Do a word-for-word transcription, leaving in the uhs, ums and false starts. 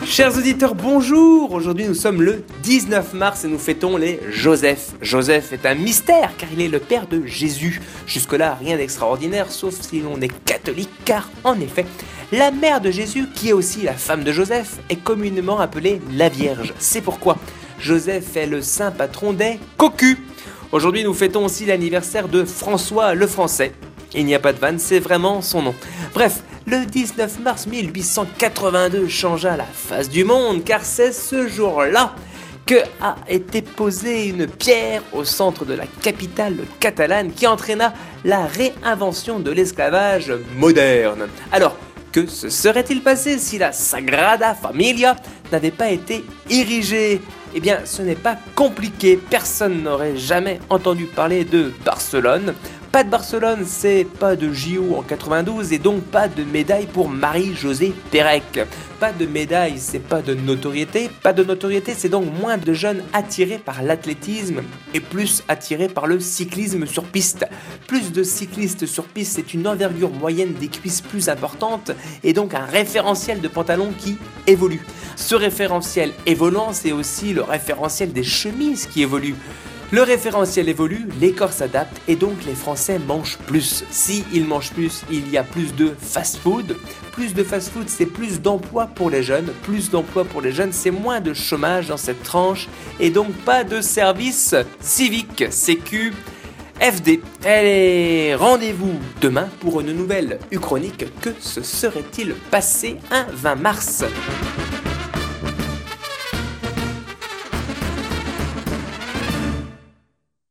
Chers auditeurs, bonjour! Aujourd'hui nous sommes le dix-neuf mars et nous fêtons les Joseph. Joseph est un mystère car il est le père de Jésus. Jusque-là, rien d'extraordinaire sauf si l'on est catholique car en effet, la mère de Jésus, qui est aussi la femme de Joseph, est communément appelée la Vierge. C'est pourquoi Joseph est le saint patron des cocus. Aujourd'hui nous fêtons aussi l'anniversaire de François le Français. Il n'y a pas de vanne, c'est vraiment son nom. Bref, le dix-neuf mars mille huit cent quatre-vingt-deux changea la face du monde car c'est ce jour-là que a été posée une pierre au centre de la capitale catalane qui entraîna la réinvention de l'esclavage moderne. Alors, que se serait-il passé si la Sagrada Familia n'avait pas été érigée ? Eh bien, ce n'est pas compliqué, personne n'aurait jamais entendu parler de Barcelone. Pas de Barcelone, c'est pas de J O en quatre-vingt-douze et donc pas de médaille pour Marie-Josée Pérec. Pas de médaille, c'est pas de notoriété. Pas de notoriété, c'est donc moins de jeunes attirés par l'athlétisme et plus attirés par le cyclisme sur piste. Plus de cyclistes sur piste, c'est une envergure moyenne des cuisses plus importante et donc un référentiel de pantalon qui évolue. Ce référentiel évoluant, c'est aussi le référentiel des chemises qui évolue. Le référentiel évolue, les corps s'adaptent et donc les Français mangent plus. Si ils mangent plus, il y a plus de fast-food. Plus de fast-food, c'est plus d'emplois pour les jeunes. Plus d'emplois pour les jeunes, c'est moins de chômage dans cette tranche et donc pas de service civique, Sécu, F D. Allez, rendez-vous demain pour une nouvelle Uchronique. Que se serait-il passé un vingt mars ?